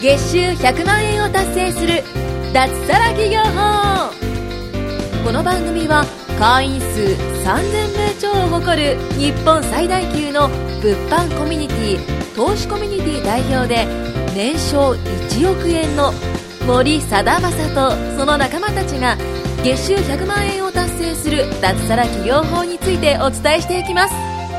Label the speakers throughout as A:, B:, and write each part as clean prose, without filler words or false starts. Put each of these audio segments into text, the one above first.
A: 月収100万円を達成する脱サラ企業法。この番組は会員数3000名超を誇る日本最大級の物販コミュニティ投資コミュニティ代表で年商1億円の森貞正とその仲間たちが月収100万円を達成する脱サラ企業法についてお伝えしていきます。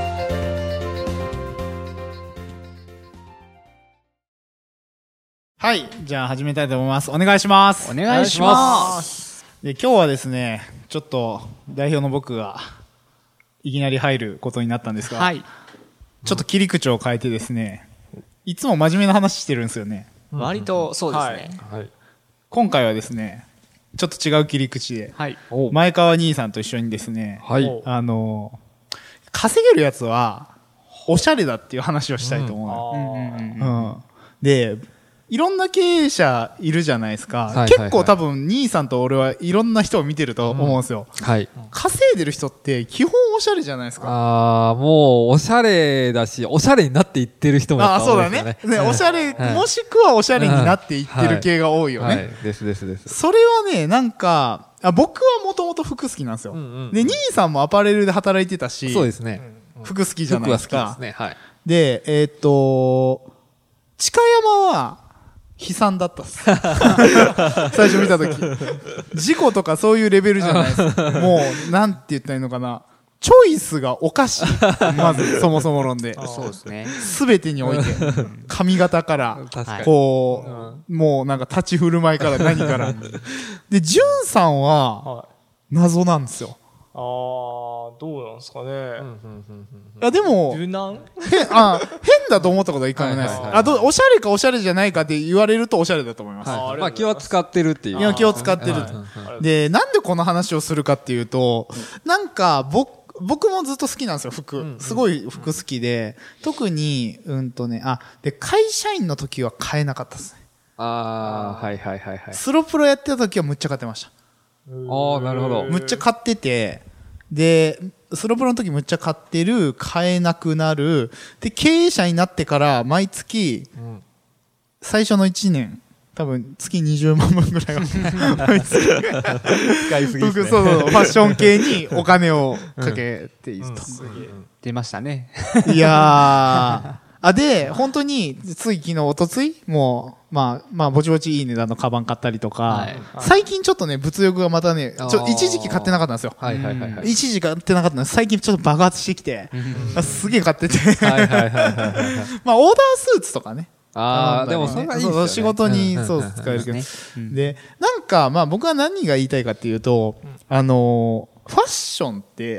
B: はい、じゃあ始めたいと思います。お願いします。
C: お願いします。
B: で、今日はですね、ちょっと代表の僕がいきなり入ることになったんですが、はい、ちょっと切り口を変えてですね、いつも真面目な話してるんですよね。
C: 割とそうですね。
B: はい、今回はですね、ちょっと違う切り口で、
C: はい、
B: 前川兄さんと一緒にですね、
C: はい、
B: 稼げるやつはおしゃれだっていう話をしたいと思う。で、いろんな経営者いるじゃないですか。結構多分兄さんと俺はいろんな人を見てると思うんですよ。
C: はい。
B: 稼いでる人って基本おしゃれじゃないですか。
C: もうおしゃれだし、おしゃれになっていってる人も多いですよね。
B: そうだね。おしゃれ、もしくはおしゃれになっていってる系が多いよね。
C: はい。です。
B: それはね、なんか、僕はもともと服好きなんですよ。で、兄さんもアパレルで働いてたし、
C: そうですね。
B: 服好きじゃないですか。
C: 服は好きですね。はい。
B: で、近山は、悲惨だったっす。最初見たとき。事故とかそういうレベルじゃないです。もう、なんて言ったらいいのかな。チョイスがおかしい。まず、そもそも論で。
C: そうですね。
B: すべてにおいて。髪型から、こう、もうなんか立ち振る舞いから何から。で、ジュンさんは、謎なんですよ。
D: どうなんですかね。
B: いや、でも、変だと思ったことはいかないです。おしゃれかおしゃれじゃないかって言われるとおしゃれだと思います。
C: まあ気は使ってるっていう。
B: いや、気を使ってる。で、なんでこの話をするかっていうと、なんか、僕もずっと好きなんですよ、服。すごい服好きで、特に、で、会社員の時は買えなかったですね。
C: はい。
B: スロプロやってた時はむっちゃ買ってました。
C: なるほど。
B: むっちゃ買ってて、で、スロプロの時むっちゃ買ってる、買えなくなる、で、経営者になってから毎月、最初の1年、多分月20万分ぐらいは、毎月、
C: 使いすぎですね。
B: そう、ファッション系にお金をかけていると。
C: 出ましたね。
B: いやー、で、本当に、つい昨日、おとついもう、まあ、ぼちぼちいい値段のカバン買ったりとか、最近ちょっとね、物欲がまたね、一時期買ってなかったんですよ。一時期買ってなかったんです。最近ちょっと爆発してきて、すげえ買ってて。まあ、オーダースーツとかね。
C: でもそれはいいですよね。
B: 仕事に、そう、使えるけど。で、なんか、まあ、僕は何が言いたいかっていうと、ファッションって、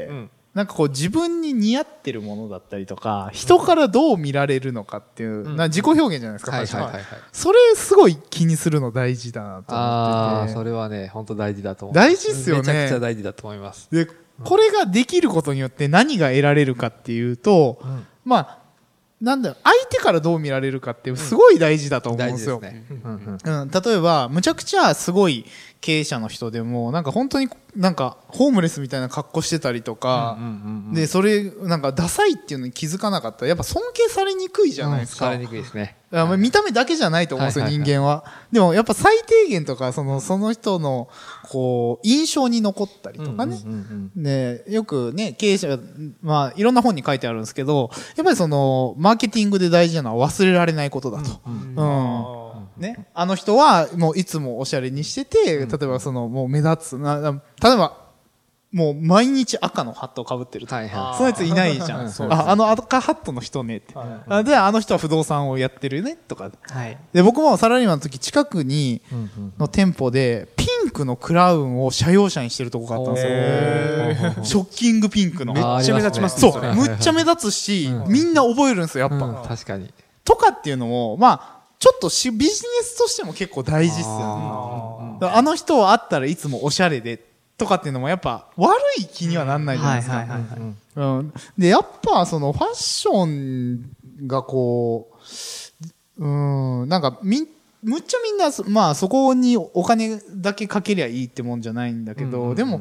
B: なんかこう自分に似合ってるものだったりとか、人からどう見られるのかっていう、自己表現じゃないですか、ファッションは。それすごい気にするの大事だなと思ってて。
C: それはね、本当大事だと思う。
B: 大事っすよね。
C: めちゃくちゃ大事だと思います。
B: で、これができることによって何が得られるかっていうと、まあ、なんだろう、相手からどう見られるかってすごい大事だと思うんですよ。例えば、むちゃくちゃすごい経営者の人でも、なんか本当になんかホームレスみたいな格好してたりとか、で、それ、なんかダサいっていうのに気づかなかったら、やっぱ尊敬されにくいじゃないですか。
C: されにくいですね。
B: 見た目だけじゃないと思うんですよ、人間は。でもやっぱ最低限とか、その人の、こう、印象に残ったりとかね。で、よくね、経営者が、まあ、いろんな本に書いてあるんですけど、やっぱりその、マーケティングで大事なのは忘れられないことだと。ね。あの人は、もういつもおしゃれにしてて、例えばその、もう目立つ例えば、もう毎日赤のハットをかぶってると。そのやついないじゃん。あの赤ハットの人ねって。で、あの人は不動産をやってるねとか。で、僕もサラリーマンの時近くに、の店舗で、ピンクのクラウンを社用車にしてるとこがあったんですよ。ショッキングピンの。
C: めっちゃ目立ちます
B: ね。そう。むっちゃ目立つし、みんな覚えるんですよ、やっぱ。
C: 確かに。
B: とかっていうのも、まあ、ちょっとビジネスとしても結構大事っすよね。あの人は会ったらいつもおしゃれで、とかっていうのもやっぱ悪い気にはなんないじゃないですか。で、やっぱそのファッションがこう、なんかむっちゃみんな、まあそこにお金だけかけりゃいいってもんじゃないんだけど、でも、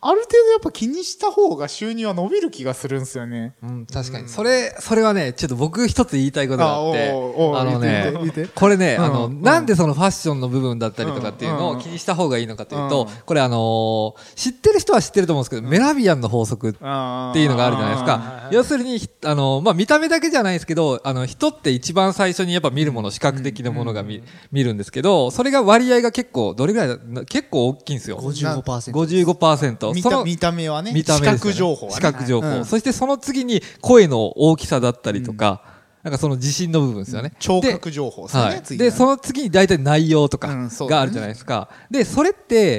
B: ある程度やっぱ気にした方が収入は伸びる気がするんですよね。
C: うん、確かに。それはね、ちょっと僕一つ言いたいことがあって、これね、なんでそのファッションの部分だったりとかっていうのを気にした方がいいのかというと、これ知ってる人は知ってると思うんですけど、メラビアンの法則っていうのがあるじゃないですか。要するに、見た目だけじゃないですけど、人って一番最初にやっぱ見るもの、視覚的なものが見るんですけど、それが割合が結構、どれぐらい結構大きいんですよ。
B: 55%。
C: 55%。
B: 見た目はね。視覚情報はね。
C: 視覚情報。そしてその次に声の大きさだったりとか、なんかその自信の部分ですよね。
B: 聴覚情報ですね。
C: はい。で、その次に大体内容とかがあるじゃないですか。で、それって、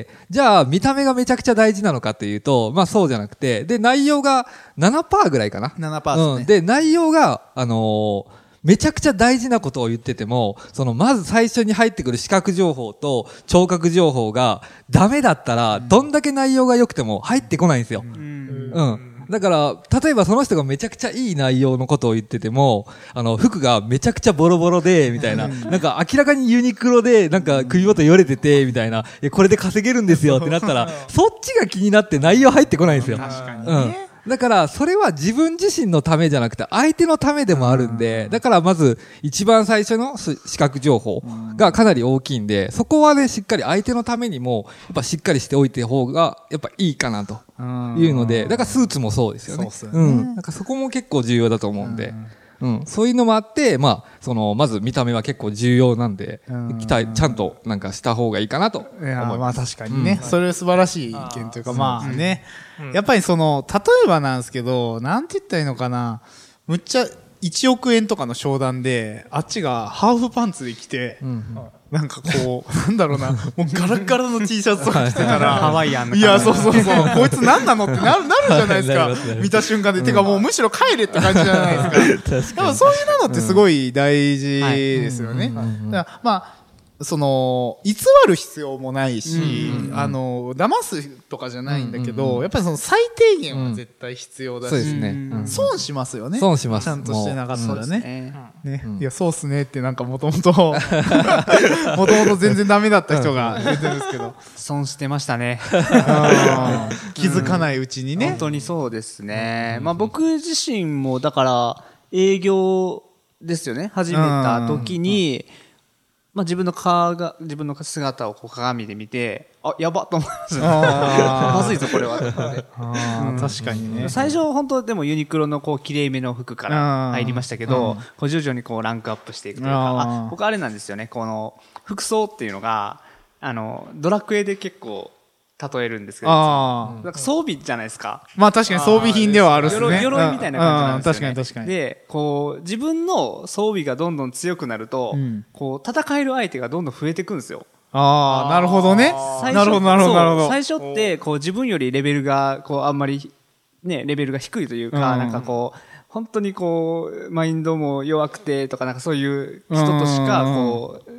C: じゃあ見た目がめちゃくちゃ大事なのかっていうと、まあそうじゃなくて、で、内容が 7% ぐらいかな。
B: 7% ですね。
C: で、内容が、めちゃくちゃ大事なことを言ってても、まず最初に入ってくる視覚情報と聴覚情報がダメだったら、どんだけ内容が良くても入ってこないんですよ。だから、例えばその人がめちゃくちゃいい内容のことを言ってても、服がめちゃくちゃボロボロで、みたいな。なんか明らかにユニクロで、なんか首元よれてて、みたいな。これで稼げるんですよってなったら、そっちが気になって内容入ってこないんですよ。
B: 確かにね。
C: だから、それは自分自身のためじゃなくて、相手のためでもあるんで、だからまず、一番最初の視覚情報がかなり大きいんで、そこはね、しっかり相手のためにも、やっぱしっかりしておいて方が、やっぱいいかなというので、だからスーツもそうですよね。なんかそこも結構重要だと思うんで。そういうのもあって、まあ、まず見た目は結構重要なんで、ちゃんとなんかした方がいいかなと思います。
B: まあ確かにね。それ素晴らしい意見というか、まあね。やっぱり例えばなんですけど、なんて言ったらいいのかな。むっちゃ1億円とかの商談で、あっちがハーフパンツで来て、なんかこう、なんだろうな、もうガラッガラの T シャツとか着てたら、
E: ハワイアンの。
B: いや、そう、こいつ何なのってなるじゃないですか。見た瞬間で。てかもうむしろ帰れって感じじゃないですか。でもそういうのってすごい大事ですよね。だからまあ、偽る必要もないし、騙すとかじゃないんだけど、やっぱり最低限は絶対必要だし、損しますよね。
C: 損します。
B: ちゃんとしてなかったらね。いや、そうっすねってなんかもともと全然ダメだった人が出てるんですけど。
E: 損してましたね。
B: 気づかないうちにね。
E: 本当にそうですね。まあ僕自身もだから営業ですよね。始めた時に、まあ自分の姿をこう鏡で見て、あ、やばっと思います。まずいぞこれは。
B: 確かにね。
E: 最初本当でもユニクロのこう綺麗めの服から入りましたけど、こう徐々にこうランクアップしていくというか、僕あれなんですよね。この服装っていうのがドラクエで結構例えるんですけど、なんか装備じゃないですか。
B: まあ確かに装備品ではあるっすね。
E: 鎧みたいな感じなんですよね。
B: 確かに。
E: で、こう、自分の装備がどんどん強くなると、こう、戦える相手がどんどん増えていくんですよ。
B: なるほどね。なるほど。
E: 最初って、こう、自分よりレベルが、こう、あんまり、ね、レベルが低いというか、なんかこう、本当にこう、マインドも弱くてとか、なんかそういう人としか、こう、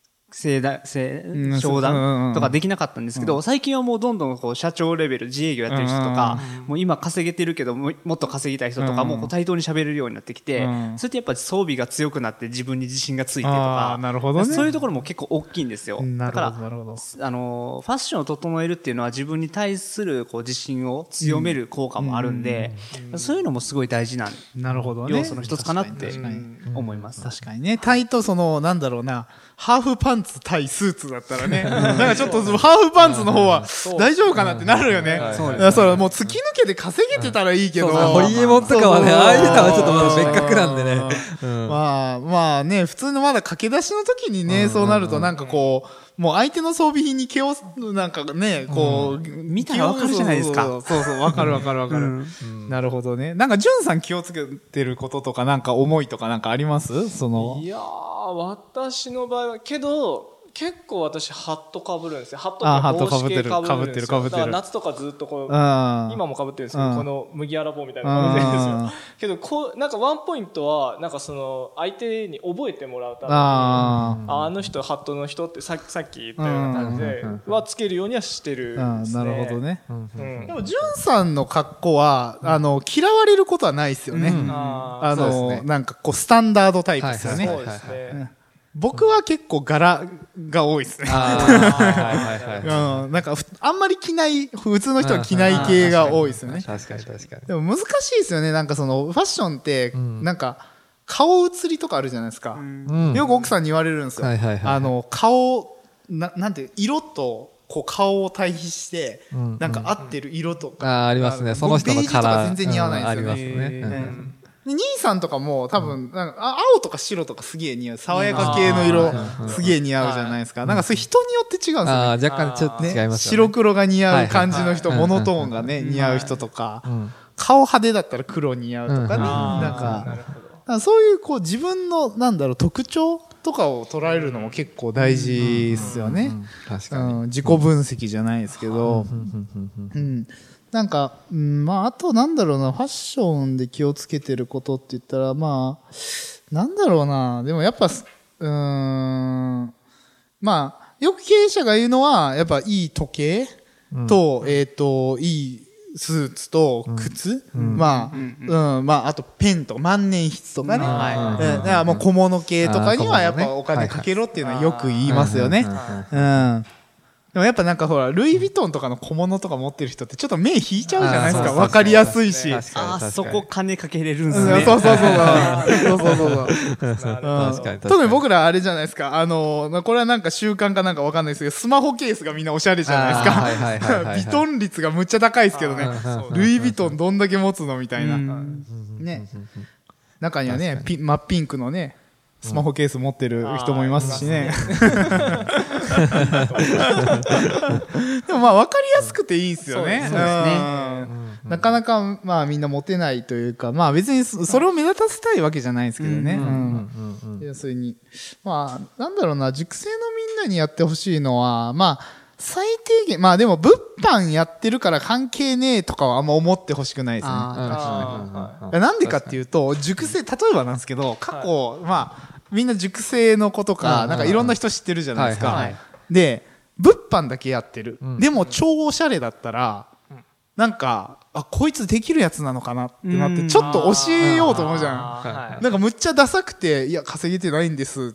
E: 商談とかできなかったんですけど、最近はもうどんどんこう社長レベル、自営業やってる人とか、もう今稼げてるけどもっと稼ぎたい人とかもこう対等に喋れるようになってきて、それってやっぱり装備が強くなって自分に自信がついてとか、そういうところも結構大きいんですよ。だからファッションを整えるっていうのは自分に対するこう自信を強める効果もあるんで、そういうのもすごい大事な要素の一つかなって思います。
B: 確かにね。対となんだろうな、ハーフパンツ対スーツだったらね、なんかちょっとハーフパンツの方は大丈夫かなってなるよね。そうもう突き抜けて稼げてたらいいけど、
C: ホリエモンとかはね、ああいうのはちょっとまだ別格なんでね。
B: まあね、普通のまだ駆け出しの時にね、そうなるとなんかこう、もう相手の装備品になんかね、こう、
E: 見たらわかるじゃないですか。
B: そう、わかる。なるほどね。なんか、ジュンさん気をつけてることとか、なんか思いとかなんかあります？
D: いやー、私の場合は、けど、結構私ハット被るんですよ。ハットって帽子系被るんですよ。だから夏とかずっとこう、今も被ってるんですけど、この麦わら帽みたいなの被ってるんですよ。けどなんかワンポイントは、なんか相手に覚えてもらうために、あの人ハットの人ってさっき言ったような感じで、はつけるようにはしてるんですね。
B: なるほどね。でも、ジュンさんの格好は、嫌われることはないですよね。なんかこう、スタンダードタイプですよね。
D: そうですね。
B: 僕は結構柄が多いですね。なんかあんまり着ない、普通の人は着ない系が多いですよね。
C: 確かに確かに。
B: でも難しいですよね。なんかそのファッションって、なんか顔写りとかあるじゃないですか。よく奥さんに言われるんですよ。顔、なんて色と、こう顔を対比して、なんか合ってる色とか。
C: ありますね。その人のカラー。
B: 全然似合わないですよね。
C: ありますね。
B: 兄さんとかも多分なんか青とか白とかすげえ似合う、爽やか系の色すげえ似合うじゃないですか。なんかそれ人によって違うんですよね。
C: 若干ちょっと違いますよね。
B: 白黒が似合う感じの人、モノトーンがね似合う人とか、顔派手だったら黒似合うとかね、なんかそういうこう自分のなんだろう特徴とかを捉えるのも結構大事ですよね。
C: 確かに。
B: 自己分析じゃないですけど。なんか、まあ、あとなんだろうな、ファッションで気をつけてることって言ったら、まあ、なんだろうな、でもやっぱ、まあ、よく経営者が言うのは、やっぱいい時計と、いいスーツと靴、まあ、あとペンとか万年筆とかね、だからもう小物系とかにはやっぱお金かけろっていうのはよく言いますよね。でもやっぱなんかほら、ルイ・ヴィトンとかの小物とか持ってる人ってちょっと目引いちゃうじゃないですか。わかりやすいし。
E: そこ金かけれるんですね。
B: そう。特に僕らあれじゃないですか。これはなんか習慣かなんかわかんないですけど、スマホケースがみんなおしゃれじゃないですか。ヴィトン率がむっちゃ高いですけどね。ルイ・ヴィトンどんだけ持つのみたいな。ね。中にはね、真っピンクのね、スマホケース持ってる人もいますしね。でもまあ分かりやすくていいですよね。そうですね。なかなかまあみんな持てないというか、まあ別にそれを目立たせたいわけじゃないですけどね。要するに、まあなんだろうな、塾生のみんなにやってほしいのは、まあ最低限、まあでも物販やってるから関係ねえとかはあんま思ってほしくないですね。なんでかっていうと、塾生、例えばなんですけど、過去、まあ、みんな塾生の子とか、なんかいろんな人知ってるじゃないですか。で、物販だけやってる。でも超おしゃれだったら、なんか、こいつできるやつなのかなってなって、ちょっと教えようと思うじゃん。なんかむっちゃダサくて、いや、稼げてないんですって、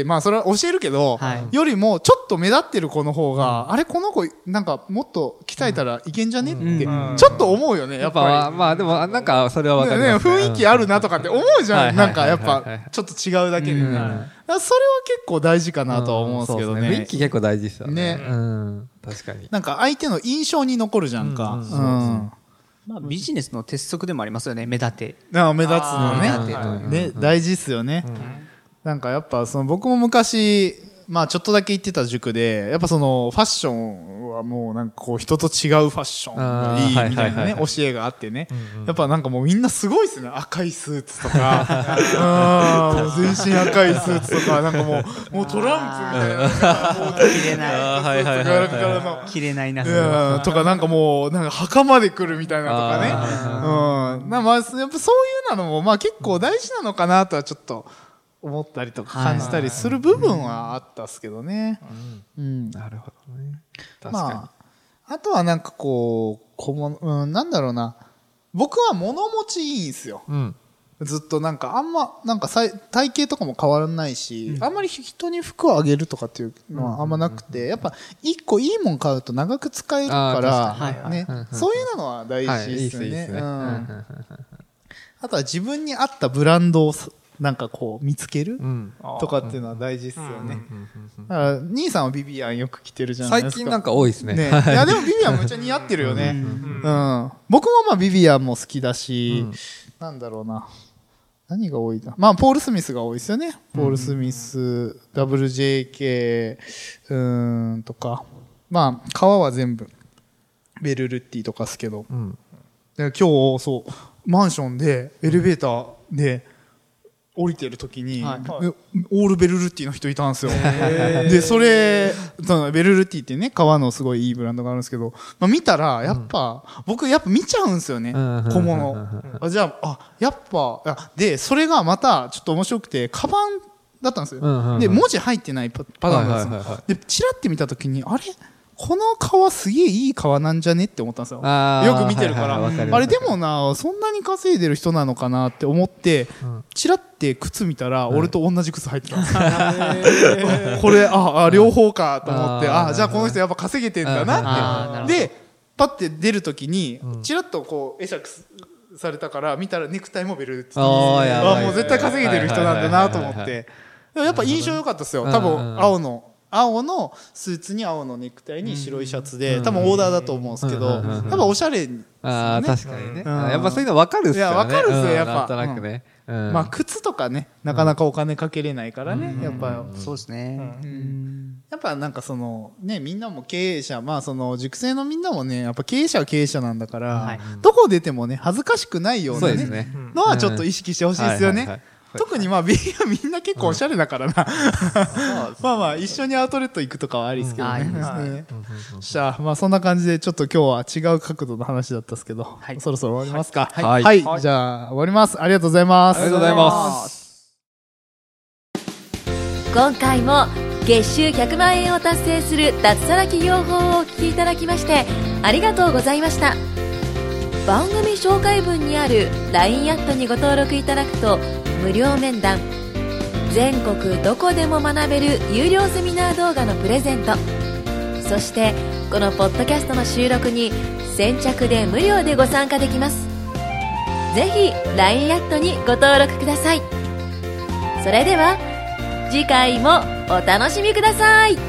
B: まあそれは教えるけど、よりもちょっと目立ってる子の方が、あれこの子、なんかもっと鍛えたらいけんじゃねって、ちょっと思うよね、やっぱり。
C: まあでも、なんかそれはわかります。
B: 雰囲気あるなとかって思うじゃん。なんかやっぱ、ちょっと違うだけで。それは結構大事かなとは思うんですけどね。
C: 雰囲気結構大事ですよね。
B: ね。
C: 確かに。
B: なんか相手の印象に残るじゃんか。
E: まあビジネスの鉄則でもありますよね、目立て。
B: 目立つのね。大事っすよね。なんかやっぱ僕も昔、まあちょっとだけ行ってた塾で、やっぱファッションはもうなんかこう人と違うファッションがいいみたいなね、教えがあってね。やっぱなんかもうみんなすごいっすね。赤いスーツとか、もう全身赤いスーツとか、なんかもうトランプみたいな。
E: 着れない。着れないな。
B: とかなんかもう、なんか墓まで来るみたいなとかね。まあやっぱそういうのもまあ結構大事なのかなとはちょっと、思ったりとか感じたりする部分はあったっすけどね。
C: なるほどね。
B: まあ、あとはなんかこう、なんだろうな。僕は物持ちいいんすよ。ずっとなんかなんか体型とかも変わらないし、あんまり人に服をあげるとかっていうのはあんまなくて、やっぱ一個いいもん買うと長く使えるから、ね、そういうのは大事ですよね。あとは自分に合ったブランドをなんかこう見つけるとかっていうのは大事っすよね。兄さんはビビアンよく着てるじゃないですか。
C: 最近なんか多いですね。
B: いやでもビビアンめっちゃ似合ってるよね。僕もまあビビアンも好きだし、なんだろうな。何が多いな。まあポール・スミスが多いですよね。ポール・スミス、WJK、とか。まあ革は全部ベルルッティとかっすけど。今日そうマンションでエレベーターで降りてる時に、オールベルルッティの人いたんですよ。で、ベルルッティってね、革のすごいいいブランドがあるんですけど、まあ見たら、僕やっぱ見ちゃうんですよね、小物。じゃあ、やっぱ、で、それがまたちょっと面白くて、カバンだったんですよ。で、文字入ってないパターンなんですよ。で、チラって見た時に、あれこの革すげえいい革なんじゃねって思ったんですよ。よく見てるから。あれでもな、そんなに稼いでる人なのかなって思って、チラって靴見たら、俺と同じ靴履いてたんですよ。これ、両方かと思って、じゃあこの人やっぱ稼げてんだなって。で、パッて出るときに、チラッとこう、会釈されたから、見たらネクタイもベルってもう絶対稼げてる人なんだなと思って。やっぱ印象良かったですよ。多分、青のスーツに青のネクタイに白いシャツで、多分オーダーだと思うんですけど、多分おしゃれですよね。
C: 確かにね。やっぱそういうの分かるっすよね。
B: いや、分かるっすよ、やっぱ。
C: なんとなくね。
B: まあ、靴とかね、なかなかお金かけれないからね、やっぱ。
E: そうですね。
B: やっぱなんかその、ね、みんなも経営者、まあその、塾生のみんなもね、やっぱ経営者は経営者なんだから、どこ出てもね、恥ずかしくないようなね、のはちょっと意識してほしいですよね。特にまあみんな結構おしゃれだからな。まあまあ一緒にアウトレット行くとかはありですけどね。じゃあまあそんな感じでちょっと今日は違う角度の話だったんですけど、そろそろ終わりますか。はい。じゃあ終わります。ありがとうございます。
C: ありがとうございます。
A: 今回も月収100万円を達成する脱サラ企業法をお聞きいただきましてありがとうございました。番組紹介文にある LINE アットにご登録いただくと無料面談、全国どこでも学べる有料セミナー動画のプレゼント、そしてこのポッドキャストの収録に先着で無料でご参加できます。ぜひ LINE アットにご登録ください。それでは次回もお楽しみください。